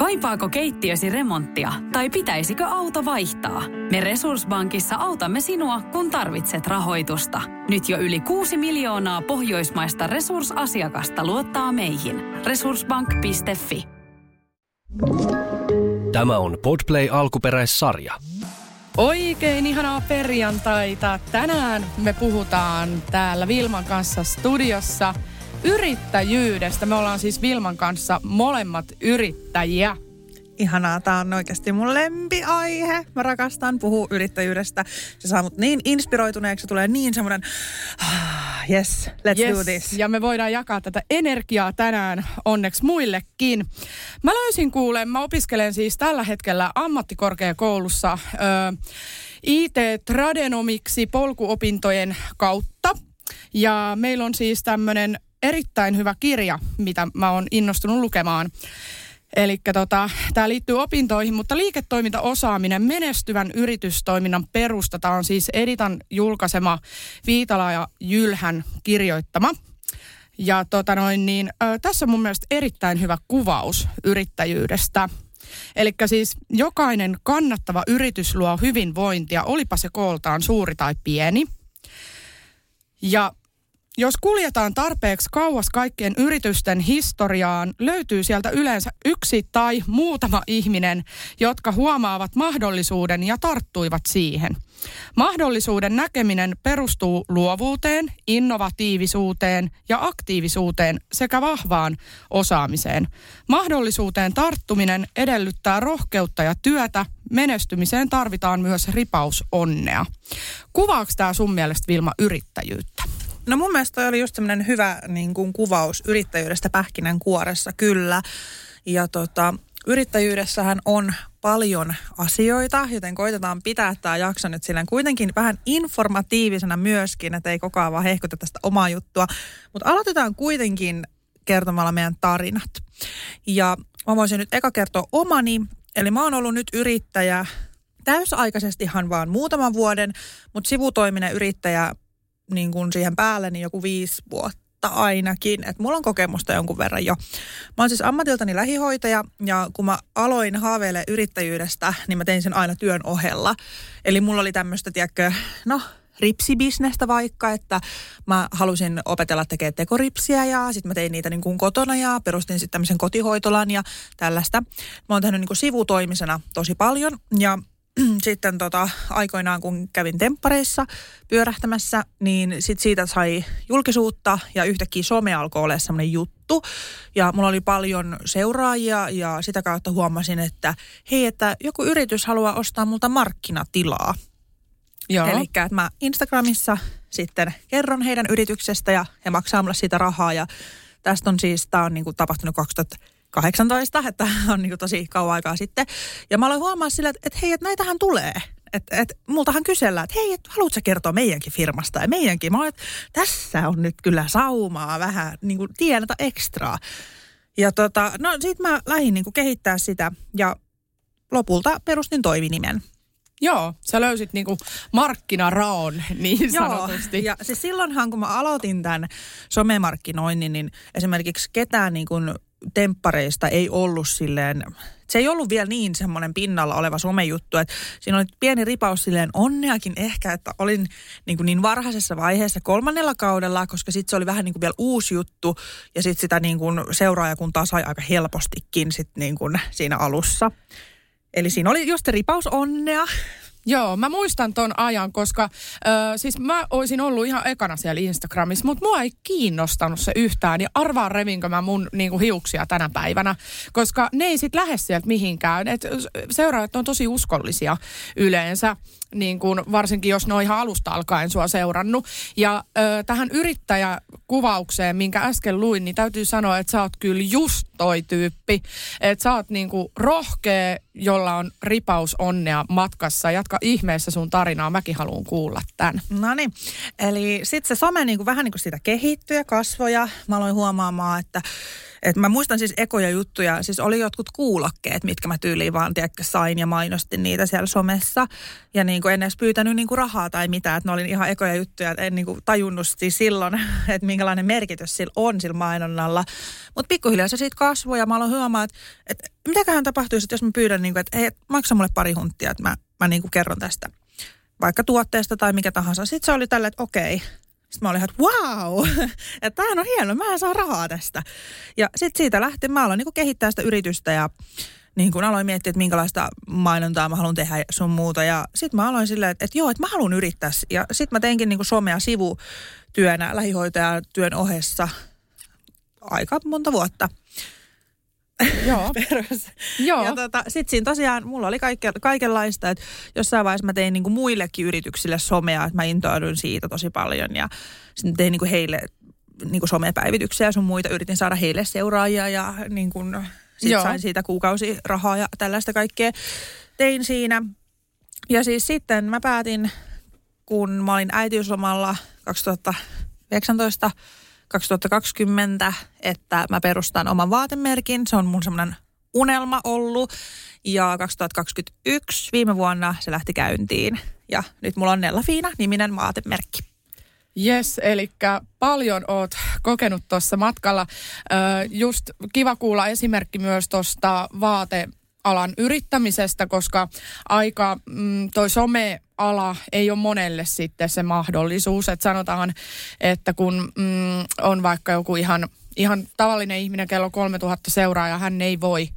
Kaipaako keittiösi remonttia tai pitäisikö auto vaihtaa? Me Resurssbankissa autamme sinua, kun tarvitset rahoitusta. Nyt jo yli 6 miljoonaa pohjoismaista resursasiakasta luottaa meihin. Resurssbank.fi. Tämä on Podplay alkuperäissarja. Oikein ihanaa perjantaita. Tänään me puhutaan täällä Vilman kanssa studiossa yrittäjyydestä. Me ollaan siis Vilman kanssa molemmat yrittäjiä. Ihanaa, tää on oikeasti mun lempiaihe. Mä rakastan puhua yrittäjyydestä. Se saa mut niin inspiroituneeksi, se tulee niin semmoinen, yes, let's do this. Ja me voidaan jakaa tätä energiaa tänään onneksi muillekin. Mä löysin mä opiskelen siis tällä hetkellä ammattikorkeakoulussa IT-tradenomiksi polkuopintojen kautta. Ja meillä on siis tämmönen erittäin hyvä kirja, mitä mä oon innostunut lukemaan. Elikkä tämä liittyy opintoihin, mutta liiketoimintaosaaminen, menestyvän yritystoiminnan perusta. Tämä on siis Editan julkaisema, Viitala ja Jylhän kirjoittama. Ja tässä on mun mielestä erittäin hyvä kuvaus yrittäjyydestä. Elikkä siis jokainen kannattava yritys luo hyvinvointia, olipa se kooltaan suuri tai pieni. Ja jos kuljetaan tarpeeksi kauas kaikkien yritysten historiaan, löytyy sieltä yleensä yksi tai muutama ihminen, jotka huomaavat mahdollisuuden ja tarttuivat siihen. Mahdollisuuden näkeminen perustuu luovuuteen, innovatiivisuuteen ja aktiivisuuteen sekä vahvaan osaamiseen. Mahdollisuuteen tarttuminen edellyttää rohkeutta ja työtä. Menestymiseen tarvitaan myös ripaus onnea. Kuvaako tämä sun mielestä, Vilma, yrittäjyyttä? No mun mielestä toi oli just semmoinen hyvä niin kuin kuvaus yrittäjyydestä pähkinänkuoressa, kyllä. Ja yrittäjyydessähän on paljon asioita, joten koitetaan pitää tämä jakso nyt silleen kuitenkin vähän informatiivisena myöskin, että ei koko ajan vaan hehkuta tästä omaa juttua. Mutta aloitetaan kuitenkin kertomalla meidän tarinat. Ja mä voisin nyt eka kertoa omani, eli mä oon ollut nyt yrittäjä täysaikaisestihan vaan muutaman vuoden, mutta sivutoiminen yrittäjä niin kuin siihen päälle niin joku 5 vuotta ainakin. Että mulla on kokemusta jonkun verran jo. Mä oon siis ammatiltani lähihoitaja ja kun mä aloin haaveilemaan yrittäjyydestä, niin mä tein sen aina työn ohella. Eli mulla oli tämmöistä, ripsibisnestä vaikka, että mä halusin opetella tekemään tekoripsiä ja sitten mä tein niitä niin kuin kotona ja perustin sitten tämmöisen kotihoitolan ja tällaista. Mä oon tehnyt niin kuin sivutoimisena tosi paljon ja sitten aikoinaan, kun kävin temppareissa pyörähtämässä, niin siitä sai julkisuutta ja yhtäkkiä some alkoi olla semmoinen juttu. Ja mulla oli paljon seuraajia ja sitä kautta huomasin, että hei, että joku yritys haluaa ostaa multa markkinatilaa. Eli että mä Instagramissa sitten kerron heidän yrityksestä ja he maksaa mulle siitä rahaa. Ja tästä on siis, tää on niin kuin tapahtunut 2018, että on niin kuin tosi kauan aikaa sitten. Ja mä aloin huomaa sillä, että hei, että näitähän tulee. Että multahan kysellään, että hei, että haluatko sä kertoa meidänkin firmasta ja meidänkin. Mä olen, että tässä on nyt kyllä saumaa vähän niin kuin tienata ekstraa. Ja sit mä lähdin niin kuin kehittää sitä ja lopulta perustin Toivi-nimen. Joo, sä löysit niinku markkinaraon niin sanotusti. Ja siis silloinhan, kun mä aloitin tämän somemarkkinoinnin, niin esimerkiksi ketään niin kuin temppareista ei ollut silleen, se ei ollut vielä niin pinnalla oleva somejuttu, että siinä oli pieni ripaus silleen onneakin ehkä, että olin niin varhaisessa vaiheessa 3. kaudella, koska sitten se oli vähän niin kuin vielä uusi juttu ja sitten sitä niin kuin seuraajakuntaa sai aika helpostikin sitten niin kuin siinä alussa. Eli siinä oli just ripaus onnea. Joo, mä muistan ton ajan, koska siis mä oisin ollut ihan ekana siellä Instagramissa, mutta mua ei kiinnostanut se yhtään. Ja arvaan revinkö mä mun niinku hiuksia tänä päivänä, koska ne ei sit lähde sieltä mihinkään. Et seuraajat on tosi uskollisia yleensä, niin kun, varsinkin jos ne on ihan alusta alkaen sua seurannut. Ja tähän yrittäjäkuvaukseen, minkä äsken luin, niin täytyy sanoa, että sä oot kyllä just toi tyyppi. Että sä oot niinku rohkea, jolla on ripaus onnea matkassa. Jatka ihmeessä sun tarinaa, mäkin haluan kuulla tän. Noniin, eli sitten se some niinku vähän niin kuin siitä kehittyi ja kasvoi ja mä aloin huomaamaan, että mä muistan siis ekoja juttuja, siis oli jotkut kuulokkeet, mitkä mä tyyliin vaan sain ja mainostin niitä siellä somessa. Ja niin kuin en edes pyytänyt niin kuin rahaa tai mitään, että ne oli ihan ekoja juttuja, että en niin kuin tajunnut siis silloin, että minkälainen merkitys sillä on sillä mainonnalla. Mutta pikkuhiljaa se siitä kasvoja. Mä aloin huomaa, että mitäköhän tapahtuisi, että jos mä pyydän, niin kuin, että hei, maksa mulle 2 hunttia, että mä niin kuin kerron tästä vaikka tuotteesta tai mikä tahansa. Sitten se oli tällä, että okei. Sitten mä olin ihan, että wow, että tämähän on hieno, mä saan rahaa tästä. Ja sitten siitä lähtien mä aloin niin kuin kehittää sitä yritystä ja niin kuin aloin miettiä, että minkälaista mainontaa mä haluan tehdä sun muuta. Ja sitten mä aloin silleen, että joo, että mä haluan yrittää. Ja sitten mä teinkin niin kuin somea sivutyönä lähihoitajatyön ohessa aika monta vuotta. Joo. Joo. Ja sitten siinä tosiaan mulla oli kaikenlaista, että jossain vaiheessa mä tein niinku muillekin yrityksille somea, että mä intouduin siitä tosi paljon ja sitten tein niinku heille niinku somepäivityksiä ja sun muita, yritin saada heille seuraajia ja niinku, sitten sain siitä kuukausirahaa ja tällaista kaikkea tein siinä. Ja siis sitten mä päätin, kun mä olin äitiyslomalla 2020, että mä perustan oman vaatemerkin. Se on mun semmoinen unelma ollut. Ja 2021 viime vuonna se lähti käyntiin. Ja nyt mulla on Nella Fiina-niminen vaatemerkki. Jes, eli paljon oot kokenut tuossa matkalla. Just kiva kuulla esimerkki myös tuosta vaatealan yrittämisestä, koska aika toi someala ei ole monelle sitten se mahdollisuus. Että sanotaan, että kun on vaikka joku ihan tavallinen ihminen, kello 3000 seuraajaa, hän ei voi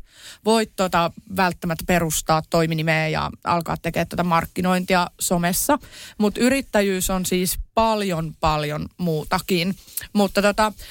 välttämättä perustaa toiminimeä ja alkaa tekemään markkinointia somessa. Mutta yrittäjyys on siis paljon muutakin. Mutta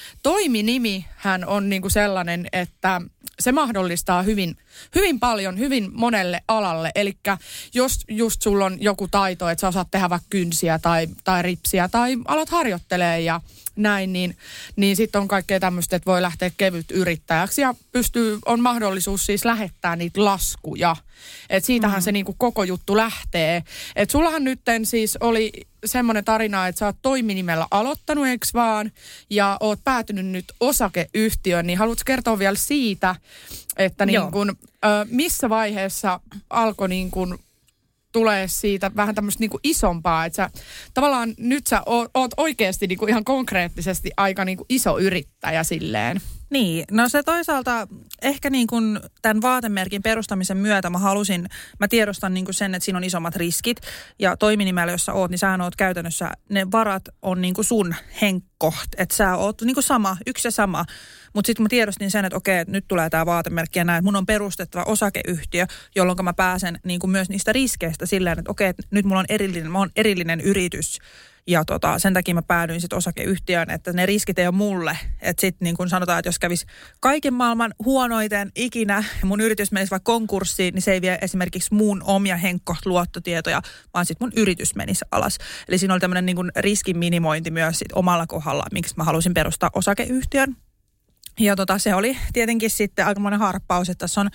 toiminimihän on niinku sellainen, että se mahdollistaa hyvin paljon, hyvin monelle alalle. Eli jos just sulla on joku taito, että sä osaat tehdä vaikka kynsiä tai ripsiä tai alat harjoittelee ja näin, niin sitten on kaikkea tämmöistä, että voi lähteä kevyt yrittäjäksi ja on mahdollisuus siis lähettää niitä laskuja. Että siitähän se niinku koko juttu lähtee. Että sullahan nytten siis oli semmoinen tarina, että sä oot toiminimellä aloittanut, eikö vaan? Ja oot päätynyt nyt osakeyhtiöön, niin haluatko kertoa vielä siitä, että niin kun, missä vaiheessa alkoi niin kun tulee siitä vähän tämmöistä niinku isompaa, että sä tavallaan nyt sä oot oikeasti niinku ihan konkreettisesti aika niinku iso yrittäjä silleen. Niin, no se toisaalta ehkä niin kuin tämän vaatemerkin perustamisen myötä mä tiedostan niin kuin sen, että siinä on isommat riskit. Ja toiminimellä, jossa oot, niin sähän oot käytännössä, ne varat on niin kuin sun henkko. Että sä oot niin kuin yksi ja sama. Mutta sitten mä tiedostin sen, että okei, että nyt tulee tämä vaatemerkki ja näin. Mun on perustettava osakeyhtiö, jolloin mä pääsen niin kuin myös niistä riskeistä silleen, että okei, että nyt mulla on erillinen yritys. Ja sen takia mä päädyin sitten osakeyhtiöön, että ne riskit ei ole mulle. Että sitten niin kun sanotaan, että jos kävisi kaiken maailman huonoiten ikinä ja mun yritys menisi vaikka konkurssiin, niin se ei vie esimerkiksi mun omia luottotietoja, vaan sitten mun yritys menisi alas. Eli siinä oli tämmöinen niin kun riskin minimointi myös sit omalla kohdalla, miksi mä halusin perustaa osakeyhtiön. Ja se oli tietenkin sitten aikamoinen harppaus, että tässä on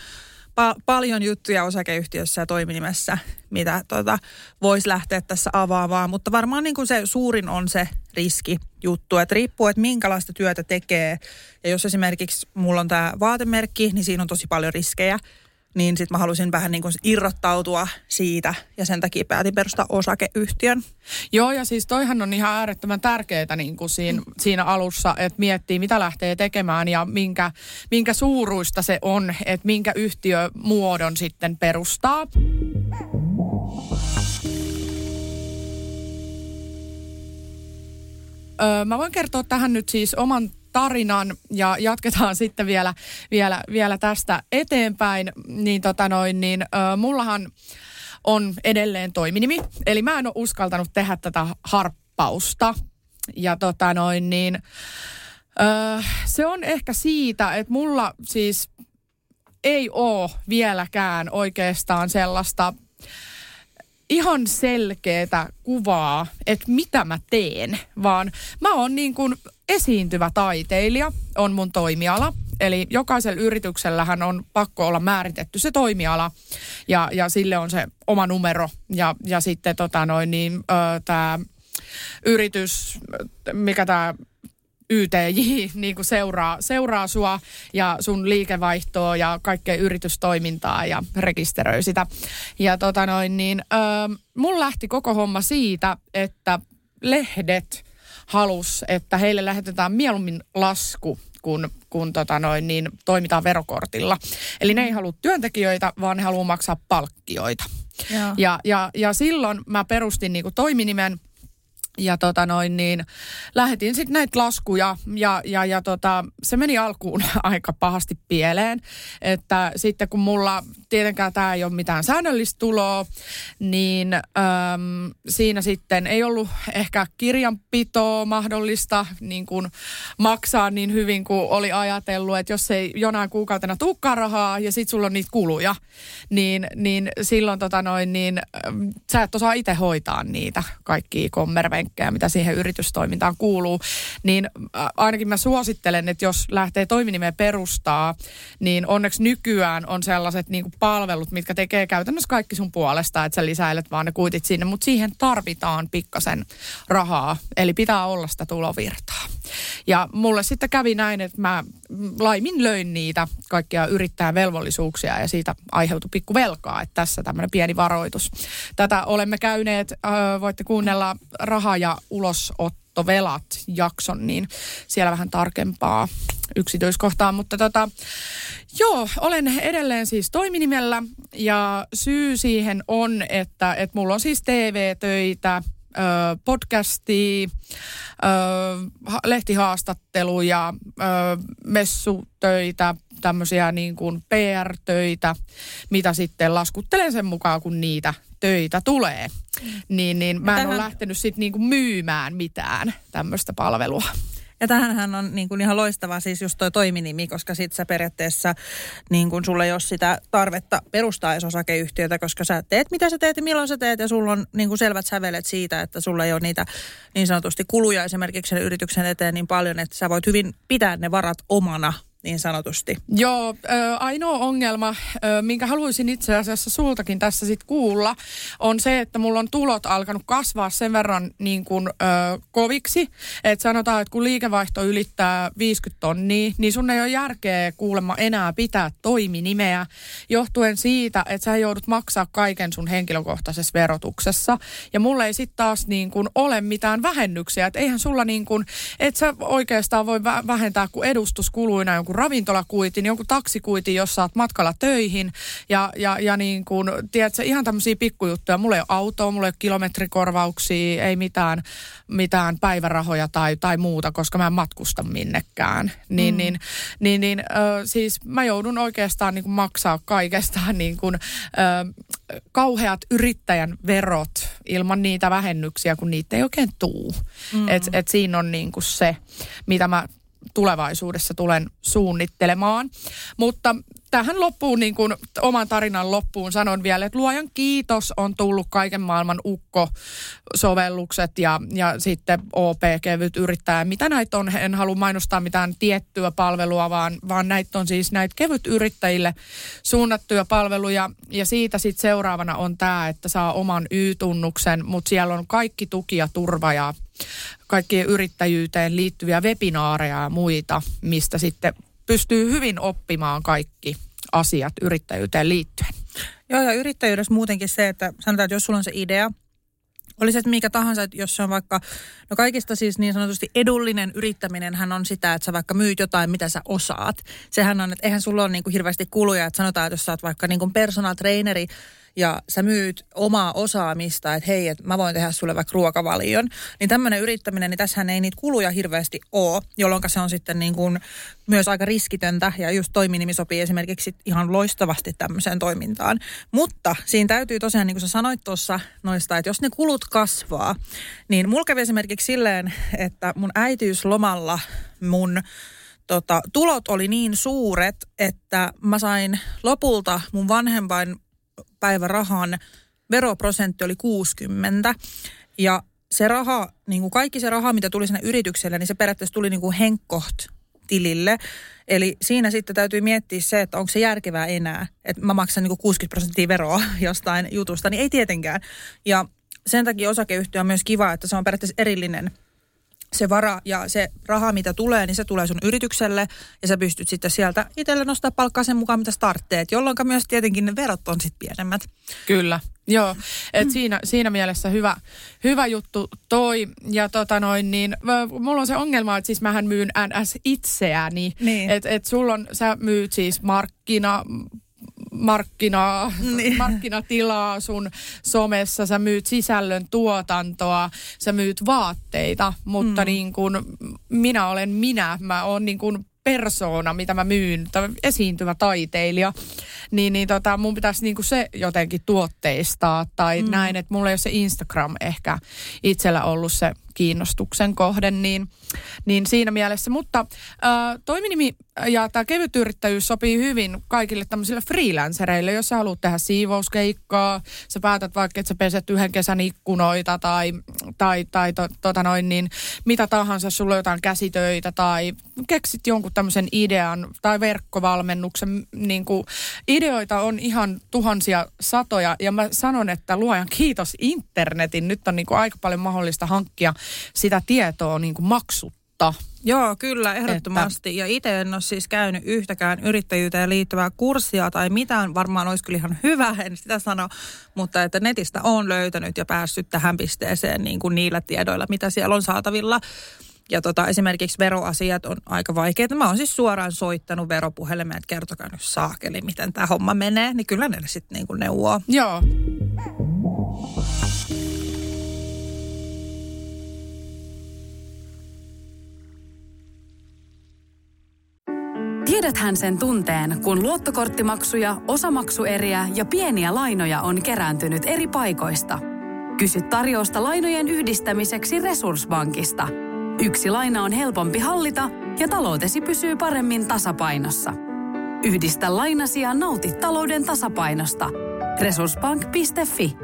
paljon juttuja osakeyhtiössä ja toiminimessä, mitä voisi lähteä tässä avaamaan, mutta varmaan niin kuin se suurin on se riskijuttu, että riippuu, että minkälaista työtä tekee. Ja jos esimerkiksi mulla on tämä vaatemerkki, niin siinä on tosi paljon riskejä, niin sitten mä halusin vähän niin kuin irrottautua siitä ja sen takia päätin perustaa osakeyhtiön. Joo, ja siis toihan on ihan äärettömän tärkeää niin kuin siinä alussa, että miettii mitä lähtee tekemään ja minkä suuruista se on, että minkä yhtiömuodon sitten perustaa. Mä voin kertoa tähän nyt siis oman tarinan ja jatketaan sitten vielä tästä eteenpäin. Mullahan on edelleen toiminimi, eli mä en ole uskaltanut tehdä tätä harppausta. Ja se on ehkä siitä, että mulla siis ei ole vieläkään oikeastaan sellaista ihan selkeätä kuvaa, että mitä mä teen, vaan mä oon niin kuin esiintyvä taiteilija, on mun toimiala. Eli jokaisella yrityksellähän on pakko olla määritetty se toimiala ja sille on se oma numero ja sitten tämä yritys, mikä tämä YTJ niin kuin seuraa sua ja sun liikevaihtoa ja kaikkea yritystoimintaa ja rekisteröi sitä. Ja mun lähti koko homma siitä, että lehdet halus, että heille lähetetään mieluummin lasku kun toimitaan verokortilla. Eli ne ei halua työntekijöitä, vaan ne haluaa maksaa palkkioita. Ja silloin mä perustin niinku toiminimen ja lähetin sitten näitä laskuja ja se meni alkuun aika pahasti pieleen, että sitten kun mulla tietenkään tämä ei ole mitään säännöllistä tuloa, niin siinä sitten ei ollut ehkä kirjanpitoa mahdollista niin kuin maksaa niin hyvin kuin oli ajatellut, että jos ei jonain kuukautena tulekaan rahaa ja sitten sulla on niitä kuluja, niin silloin sä et osaa itse hoitaa niitä kaikkia kommervenkkejä, mitä siihen yritystoimintaan kuuluu, niin ainakin mä suosittelen, että jos lähtee toiminimeä perustaa, niin onneksi nykyään on sellaiset niin kuin palvelut, mitkä tekee käytännössä kaikki sun puolesta, että sä lisäilet vaan ne kuitit sinne, mutta siihen tarvitaan pikkasen rahaa, eli pitää olla sitä tulovirtaa. Ja mulle sitten kävi näin, että mä laiminlöin niitä kaikkia yrittäjän velvollisuuksia ja siitä aiheutui pikku velkaa, että tässä tämmöinen pieni varoitus. Tätä olemme käyneet, voitte kuunnella raha- ja ulosottovelat jakson, niin siellä vähän tarkempaa yksityiskohtaa, mutta olen edelleen siis toiminimellä ja syy siihen on, että mulla on siis TV-töitä, podcastia, lehtihaastatteluja, messutöitä, tämmöisiä niin kuin PR-töitä, mitä sitten laskuttelen sen mukaan, kun niitä töitä tulee. Niin mä en ole lähtenyt sitten niin kuin myymään mitään tämmöistä palvelua. Ja tähänhän on niin kuin ihan loistava siis just toi toiminimi, koska sit sä periaatteessa niin kuin sulla ei ole sitä tarvetta perustaa edes osakeyhtiötä, koska sä teet mitä sä teet ja milloin sä teet ja sulla on niin kuin selvät sävelet siitä, että sulla ei ole niitä niin sanotusti kuluja esimerkiksi sen yrityksen eteen niin paljon, että sä voit hyvin pitää ne varat omana niin sanotusti. Joo, ainoa ongelma, minkä haluaisin itse asiassa sultakin tässä sitten kuulla, on se, että mulla on tulot alkanut kasvaa sen verran niin kuin koviksi, että sanotaan, että kun liikevaihto ylittää 50 tonnia, niin sun ei ole järkeä kuulemma enää pitää toiminimeä, johtuen siitä, että sä joudut maksaa kaiken sun henkilökohtaisessa verotuksessa. Ja mulla ei sitten taas niin kuin ole mitään vähennyksiä, että eihän sulla niin kuin, et sä oikeastaan voi vähentää kuin edustuskuluina jonkun ravintolakuitin, jonkun taksikuitin, jos sä oot matkalla töihin ja niin kuin, tiedätkö, ihan tämmöisiä pikkujuttuja. Mulla ei ole autoa, mulla ei ole kilometrikorvauksia, ei mitään päivärahoja tai muuta, koska mä en matkusta minnekään. Siis mä joudun oikeastaan niin kuin maksaa kaikestaan niin kuin, kauheat yrittäjän verot ilman niitä vähennyksiä, kun niitä ei oikein tuu. Et siinä on niin kuin se, mitä mä tulevaisuudessa tulen suunnittelemaan. Mutta tähän loppuun, niin kuin oman tarinan loppuun sanon vielä, että luojan kiitos on tullut kaiken maailman Ukko-sovellukset ja sitten OP-kevyt yrittäjä. Mitä näitä on? En halua mainostaa mitään tiettyä palvelua, vaan näitä on siis näitä kevyt yrittäjille suunnattuja palveluja. Ja siitä sitten seuraavana on tämä, että saa oman Y-tunnuksen, mutta siellä on kaikki tuki ja turva ja kaikkien yrittäjyyteen liittyviä webinaareja ja muita, mistä sitten pystyy hyvin oppimaan kaikki asiat yrittäjyyteen liittyen. Joo, ja yrittäjyydessä muutenkin se, että sanotaan, että jos sulla on se idea, oli se, että mikä tahansa, että jos se on vaikka, no kaikista siis niin sanotusti edullinen yrittäminenhän on sitä, että sä vaikka myyt jotain, mitä sä osaat. Sehän on, että eihän sulla ole niin kuin hirveästi kuluja, että sanotaan, että jos sä oot vaikka niin kuin personal traineri, ja sä myyt omaa osaamista, että hei, että mä voin tehdä sulle vaikka ruokavalion, niin tämmöinen yrittäminen, niin tässähän ei niitä kuluja hirveästi ole, jolloin se on sitten niin kuin myös aika riskitöntä, ja just toiminimi sopii esimerkiksi ihan loistavasti tämmöiseen toimintaan. Mutta siinä täytyy tosiaan, niin kuin sä sanoit tuossa noista, että jos ne kulut kasvaa, niin mulla kävi esimerkiksi silleen, että mun äitiyslomalla mun tulot oli niin suuret, että mä sain lopulta mun vanhempainpäivärahan veroprosentti oli 60. Ja se raha, niin kuin kaikki se raha, mitä tuli sinne yritykselle, niin se periaatteessa tuli niin kuin henkkoht-tilille. Eli siinä sitten täytyy miettiä se, että onko se järkevää enää. Että mä maksan niin kuin 60% veroa jostain jutusta, niin ei tietenkään. Ja sen takia osakeyhtiö on myös kiva, että se on periaatteessa erillinen se vara ja se raha, mitä tulee, niin se tulee sun yritykselle ja sä pystyt sitten sieltä itselle nostaa palkkaa sen mukaan, mitä sä tarvitset, jolloin myös tietenkin ne verot on sitten pienemmät. Kyllä. Joo, että siinä mielessä hyvä juttu toi. Ja mulla on se ongelma, että siis mähän myyn NS itseäni. Niin. Että sä myyt siis markkinatilaa sun somessa, sä myyt sisällön tuotantoa, sä myyt vaatteita, mutta niin kun minä oon niin kun persoona, mitä mä myyn, esiintyvä taiteilija, niin mun pitäisi niinku se jotenkin tuotteistaa tai näin, että mulla ei ole se Instagram ehkä itsellä ollut se kiinnostuksen kohde, niin siinä mielessä. Mutta toiminimi ja tämä kevytyrittäjyys sopii hyvin kaikille tämmöisille freelancereille, jos sä haluat tehdä siivouskeikkaa, sä päätät vaikka, että sä peset yhden kesän ikkunoita tai mitä tahansa, sulla on jotain käsitöitä tai keksit jonkun tämmöisen idean tai verkkovalmennuksen, niin kuin ideoita on ihan tuhansia satoja ja mä sanon, että luojan kiitos internetin, nyt on niin kuin aika paljon mahdollista hankkia sitä tietoa niin kuin maksutta. Joo, kyllä, ehdottomasti. Ja itse en ole siis käynyt yhtäkään yrittäjyyteen liittyvää kurssia tai mitään. Varmaan olisi kyllä ihan hyvä, en sitä sano. Mutta että netistä on löytänyt ja päässyt tähän pisteeseen niin kuin niillä tiedoilla, mitä siellä on saatavilla. Ja esimerkiksi veroasiat on aika vaikeita. Mä oon siis suoraan soittanut veropuhelimeen, että kertokaa nyt saakeli, miten tämä homma menee. Niin kyllä ne sitten niin kuin neuvoo. Joo. Tiedäthän sen tunteen, kun luottokorttimaksuja, osamaksueriä ja pieniä lainoja on kerääntynyt eri paikoista. Kysy tarjousta lainojen yhdistämiseksi Resurssbankista. Yksi laina on helpompi hallita ja taloutesi pysyy paremmin tasapainossa. Yhdistä lainasi ja nauti talouden tasapainosta. Resurssbank.fi.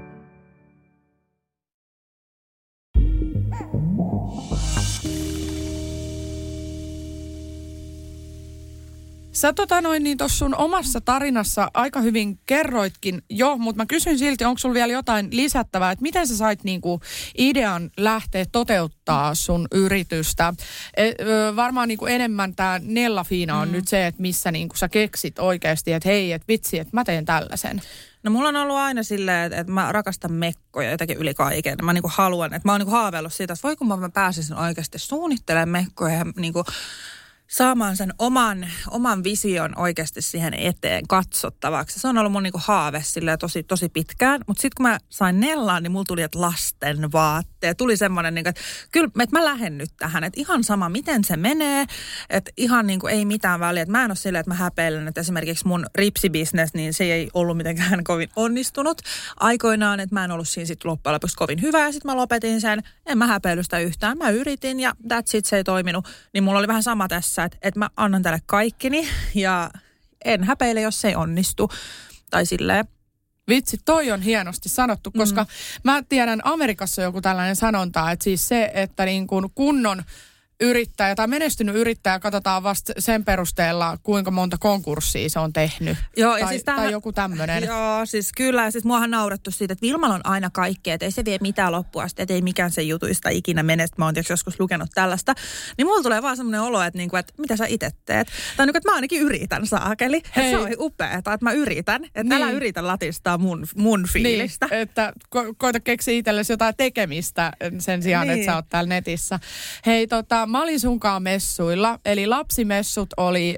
Sä tuossa sun omassa tarinassa aika hyvin kerroitkin jo, mutta mä kysyn silti, onko sulla vielä jotain lisättävää, että miten sä sait niinku idean lähteä toteuttaa sun yritystä? Varmaan niinku enemmän tää Nella-Fiina on nyt se, että missä niinku sä keksit oikeasti, että hei, että vitsi, että mä teen tällaisen. No mulla on ollut aina silleen, että mä rakastan mekkoja jotenkin yli kaiken. Mä niinku haluan, että mä oon niinku haaveillut siitä, että voi kun mä pääsisin oikeasti suunnittelemaan mekkoja ja niinku saamaan sen oman vision oikeasti siihen eteen katsottavaksi. Se on ollut mun niinku haave silleen tosi pitkään. Mutta sitten kun mä sain Nellaan, niin mulla tuli, että lasten vaatteet. Tuli semmoinen, niinku, että kyllä että mä lähden nyt tähän. Että ihan sama, miten se menee. Että ihan niinku ei mitään väliä. Että mä en ole silleen, että mä häpeilen, että esimerkiksi mun ripsibisnes, niin se ei ollut mitenkään kovin onnistunut aikoinaan. Että mä en ollut siinä sitten loppujen lopuksi kovin hyvä. Ja sitten mä lopetin sen. En mä häpeily sitä yhtään. Mä yritin ja that's it, se ei toiminut. Niin mulla oli vähän sama tässä. Että mä annan tälle kaikkini ja en häpeile, jos se ei onnistu. Tai silleen. Vitsi, toi on hienosti sanottu, koska mä tiedän, Amerikassa on joku tällainen sanonta, että siis se, että niin kuin kunnon yrittäjä tai menestynyt yrittäjä katsotaan vasta sen perusteella, kuinka monta konkurssia se on tehnyt. Joo, tai, siis tai joku tämmöinen. Joo, siis kyllä. Ja siis muahan naurettu siitä, että Vilmalla on aina kaikkea, että ei se vie mitään loppuun asti, että ei mikään sen jutuista ikinä mene. Mä oon joskus lukenut tällaista. Niin mulla tulee vaan semmoinen olo, että mitä sä itse teet. Tai että mä ainakin yritän saakeli. Että se on upeaa, että mä yritän. Että niin. Älä yritä latistaa mun fiilistä. Niin, että koita keksiä itsellesi jotain tekemistä sen sijaan, että sä oot täällä netissä. Hei, mä olin sunkaan messuilla, eli lapsimessut oli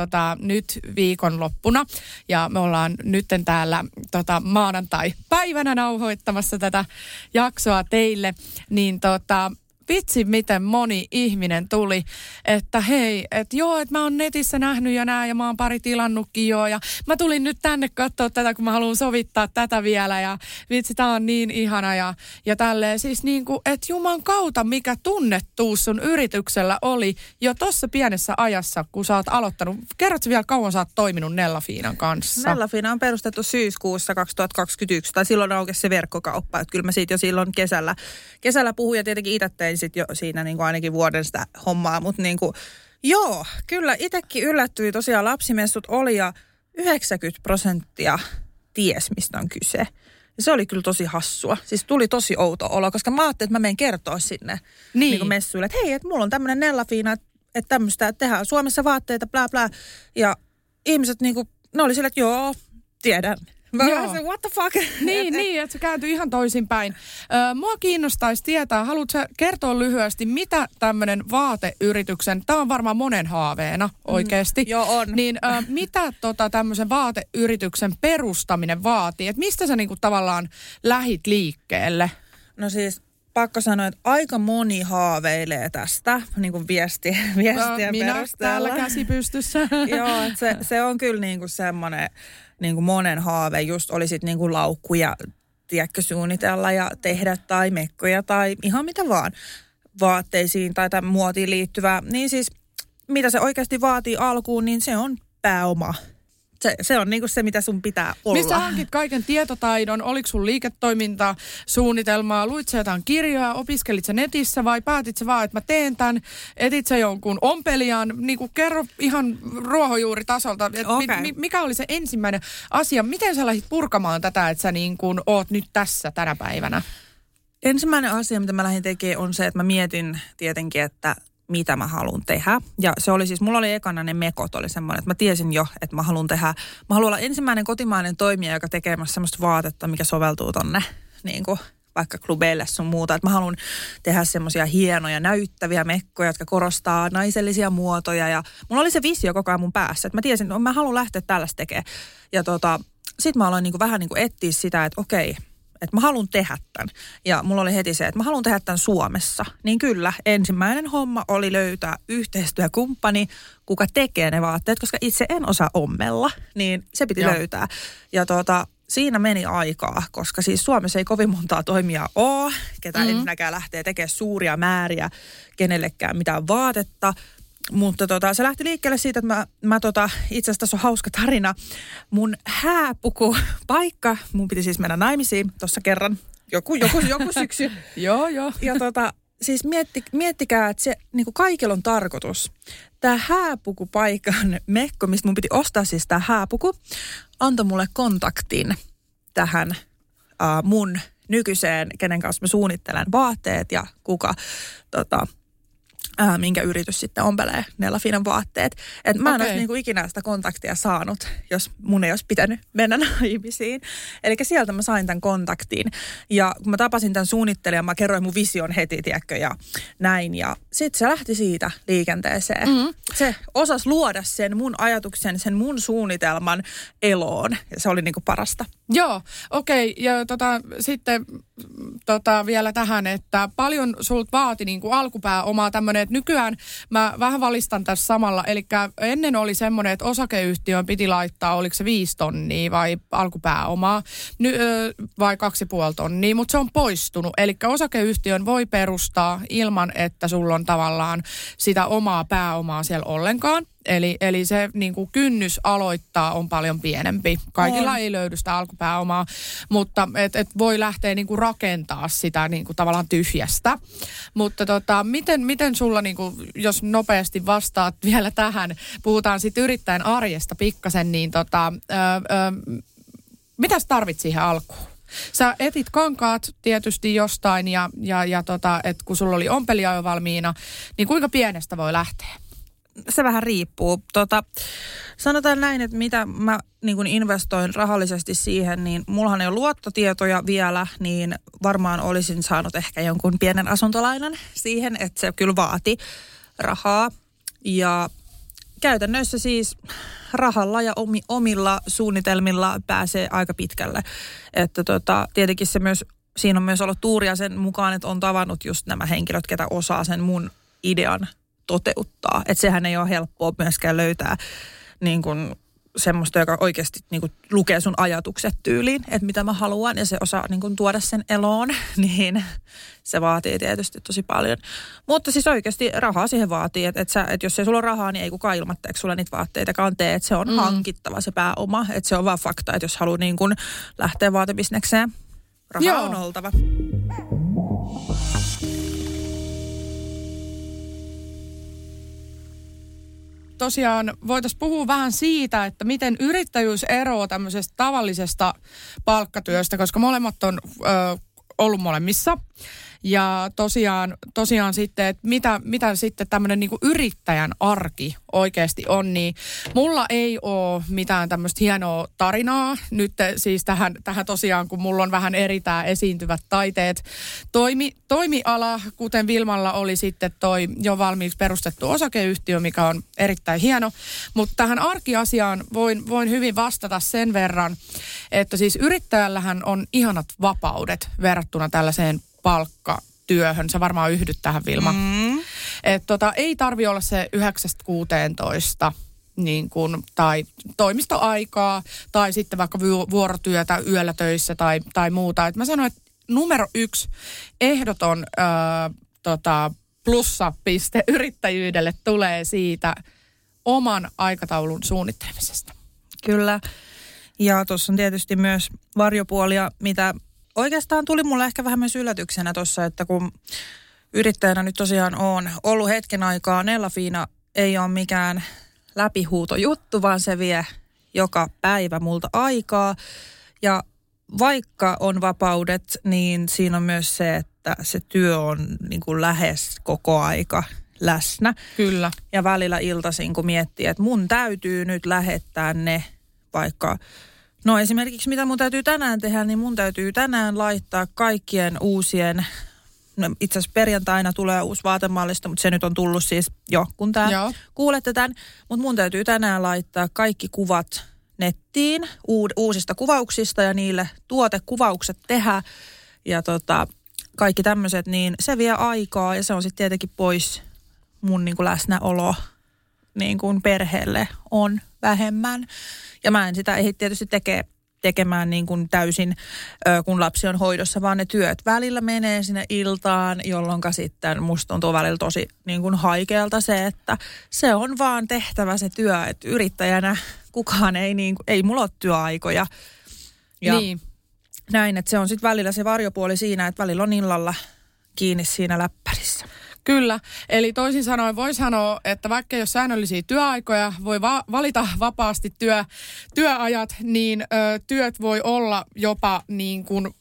nyt viikonloppuna ja me ollaan nytten täällä maanantai-päivänä nauhoittamassa tätä jaksoa teille, niin vitsi, miten moni ihminen tuli, että hei, että joo, että mä oon netissä nähnyt jo nää ja mä oon pari tilannutkin jo ja mä tulin nyt tänne katsoa tätä, kun mä haluan sovittaa tätä vielä ja vitsi, tää on niin ihana ja tälleen siis niinku, että juman kautta mikä tunnettuus sun yrityksellä oli jo tossa pienessä ajassa, kun sä oot aloittanut. Kerrotko vielä kauan sä oot toiminut Nella-Fiinan kanssa? Nella-Fiina on perustettu syyskuussa 2021 tai silloin aukesi se verkkokauppa, että kyllä mä siitä jo silloin kesällä puhuin ja tietenkin itse tein sitten jo siinä niin kuin ainakin vuoden sitä hommaa, mutta niin kuin, joo, kyllä itsekin yllättyi tosiaan lapsimessut oli ja 90% ties mistä on kyse. Ja se oli kyllä tosi hassua. Siis tuli tosi outo olo, koska mä ajattelin, että mä menen kertoa sinne niin kuin messuille, että hei, että mulla on tämmöinen Nella-Fiina, että tämmöistä, että tehdään Suomessa vaatteita, bla bla. Ja ihmiset niin kuin, ne oli sille, että joo, tiedän. Mä vähän se, what the fuck? Niin, että se kääntyy ihan toisinpäin. Mua kiinnostaisi tietää, haluatko kertoa lyhyesti, mitä tämmöinen vaateyrityksen, tämä on varmaan monen haaveena oikeasti. Joo, on. Niin mitä tämmöisen vaateyrityksen perustaminen vaatii? Että mistä sä niinku tavallaan lähit liikkeelle? No siis pakko sanoa, että aika moni haaveilee tästä niin kuin viestien minä perusteella. Täällä käsi pystyssä. Joo, se on kyllä niin kuin semmoinen niin kuin monen haave. Just olisit niin kuin laukkuja, tiedätkö, suunnitella ja tehdä tai mekkoja tai ihan mitä vaan vaatteisiin tai tämän muotiin liittyvää. Niin siis mitä se oikeasti vaatii alkuun, niin se on pääoma. Se on niinku se, mitä sun pitää olla. Mistä hankit kaiken tietotaidon? Oliko sun liiketoiminta, suunnitelmaa? Luit sä jotain kirjoja? Opiskelit sä netissä vai päätit sä vaan, että mä teen tämän? Etit sä jonkun ompelijan? Niinku kerro ihan ruohonjuuritasolta, mikä oli se ensimmäinen asia? Miten sä lähdit purkamaan tätä, että sä niin kuin oot nyt tässä tänä päivänä? Ensimmäinen asia, mitä mä lähdin tekemään, on se, että mä mietin tietenkin, että mitä mä haluan tehdä. Ja se oli siis, mulla oli ekana ne mekot, oli semmoinen, että mä tiesin jo, että mä haluan olla ensimmäinen kotimainen toimija, joka tekee semmoista vaatetta, mikä soveltuu tonne niin kuin vaikka klubeille sun muuta. Että mä haluan tehdä semmoisia hienoja, näyttäviä mekkoja, jotka korostaa naisellisia muotoja. Ja mulla oli se visio koko ajan mun päässä, että mä tiesin, että mä haluan lähteä tällaista tekemään. Ja sit mä aloin vähän etsiä sitä, että okei, että mä haluan tehdä tämän. Ja mulla oli heti se, että mä haluan tehdä tämän Suomessa. Niin kyllä, ensimmäinen homma oli löytää yhteistyökumppani, kuka tekee ne vaatteet, koska itse en osaa ommella, niin se piti löytää. Ja siinä meni aikaa, koska siis Suomessa ei kovin montaa toimijaa ole, ketä ensinnäkään lähtee tekemään suuria määriä kenellekään mitään vaatetta. Mutta se lähti liikkeelle siitä, että mä itse asiassa tässä on hauska tarina. Mun hääpukupaikka, mun piti siis mennä naimisiin tuossa kerran, joku syksy. Joo. Ja siis miettikää, että se niinku kaikilla on tarkoitus. Tää hääpukupaikan mekko, mistä mun piti ostaa siis tää hääpuku, antoi mulle kontaktin tähän mun nykyiseen, kenen kanssa mä suunnittelen vaatteet ja kuka minkä yritys sitten ompelee ne Lafinan vaatteet. Että mä en olisi niinku ikinä sitä kontaktia saanut, jos mun ei olisi pitänyt mennä naimisiin. Eli sieltä mä sain tämän kontaktin. Ja kun mä tapasin tämän suunnittelijan, mä kerroin mun vision heti, tiedätkö, ja näin. Ja sitten se lähti siitä liikenteeseen. Se osasi luoda sen mun ajatuksen, sen mun suunnitelman eloon. Ja se oli niinku parasta. Joo, okei. Ja sitten vielä tähän, että paljon sulta vaati niinku alkupääomaa tämmöinen, että nykyään mä vähän valistan tässä samalla. Eli ennen oli semmoinen, että osakeyhtiöön piti laittaa, oliko se 5 tonnia vai alkupääomaa, vai 2,5 tonnia, mutta se on poistunut. Eli osakeyhtiön voi perustaa ilman, että sulla on tavallaan sitä omaa pääomaa siellä ollenkaan. Eli se niin kuin kynnys aloittaa on paljon pienempi. Kaikilla ei löydy sitä alkupääomaa, mutta et voi lähteä niin kuin rakentaa sitä niin kuin tavallaan tyhjästä. Mutta miten sulla, niin kuin, jos nopeasti vastaat vielä tähän, puhutaan sitten yrittäjän arjesta pikkasen, niin mitä sä tarvit siihen alkuun? Sä etit kankaat tietysti jostain ja että kun sulla oli ompelija jo valmiina, niin kuinka pienestä voi lähteä? Se vähän riippuu. Sanotaan näin, että mitä mä niin kun investoin rahallisesti siihen, niin mullahan ei ole luottotietoja vielä, niin varmaan olisin saanut ehkä jonkun pienen asuntolainan siihen, että se kyllä vaati rahaa. Ja käytännössä siis rahalla ja omilla suunnitelmilla pääsee aika pitkälle. Että tietenkin se myös, siinä on myös ollut tuuria sen mukaan, että on tavannut just nämä henkilöt, ketä osaa sen mun idean toteuttaa. Että sehän ei ole helppoa myöskään löytää niin kuin semmoista, joka oikeasti niin kuin lukee sun ajatukset tyyliin, että mitä mä haluan ja se osaa niin kuin tuoda sen eloon, niin se vaatii tietysti tosi paljon. Mutta siis oikeasti rahaa siihen vaatii, että jos ei sulla ole rahaa, niin ei kukaan ilmoitteeksi sulle niitä vaatteitakaan tee, että se on hankittava se pääoma, että se on vaan fakta, että jos haluaa niin kuin lähteä vaatebisnekseen, rahaa on oltava. Tosiaan voitaisiin puhua vähän siitä, että miten yrittäjyys eroaa tämmöisestä tavallisesta palkkatyöstä, koska molemmat on ollut molemmissa. Ja tosiaan sitten, että mitä sitten tämmöinen niin kuin yrittäjän arki oikeasti on, niin mulla ei ole mitään tämmöistä hienoa tarinaa. Nyt siis tähän tosiaan, kun mulla on vähän eri tää esiintyvät taiteet. Toimiala, kuten Vilmalla oli sitten toi jo valmiiksi perustettu osakeyhtiö, mikä on erittäin hieno. Mutta tähän arkiasiaan voin hyvin vastata sen verran, että siis yrittäjällähän on ihanat vapaudet verrattuna tällaiseen palkkatyöhön. Sä varmaan yhdyt tähän, Vilma. Että ei tarvi olla se 9-16 niin kuin, tai toimistoaikaa tai sitten vaikka vuorotyötä yöllä töissä tai muuta. Et mä sanoin, että numero 1 ehdoton plussapiste yrittäjyydelle tulee siitä oman aikataulun suunnittelemisesta. Kyllä. Ja tuossa on tietysti myös varjopuolia, mitä oikeastaan tuli mulle ehkä vähän myös yllätyksenä tuossa, että kun yrittäjänä nyt tosiaan on ollut hetken aikaa, Nella-Fiina ei ole mikään läpihuutojuttu, vaan se vie joka päivä multa aikaa. Ja vaikka on vapaudet, niin siinä on myös se, että se työ on niin kuin lähes koko aika läsnä. Kyllä. Ja välillä iltaisin, kun miettii, että mun täytyy nyt lähettää ne vaikka... No esimerkiksi mitä mun täytyy tänään tehdä, niin mun täytyy tänään laittaa kaikkien uusien, no itse asiassa perjantaina tulee uusi vaatemallisto, mutta se nyt on tullut siis jo, kun kuulette tämän. Mutta mun täytyy tänään laittaa kaikki kuvat nettiin uusista kuvauksista ja niille tuotekuvaukset tehdä. Ja kaikki tämmöiset, niin se vie aikaa ja se on sitten tietenkin pois mun niin kuin läsnäolo niin kuin perheelle on vähemmän. Ja mä en sitä ehdi tietysti tekemään niin kuin täysin, kun lapsi on hoidossa, vaan ne työt välillä menee sinne iltaan, jolloin sitten musta tuntuu välillä tosi niin kuin haikealta se, että se on vaan tehtävä se työ, että yrittäjänä kukaan ei mulla ole työaikoja. Ja niin. Näin, että se on sitten välillä se varjopuoli siinä, että välillä on illalla kiinni siinä läppärissä. Kyllä, eli toisin sanoen voi sanoa, että vaikka ei ole säännöllisiä työaikoja, voi valita vapaasti työajat, niin työt voi olla jopa niin kuin,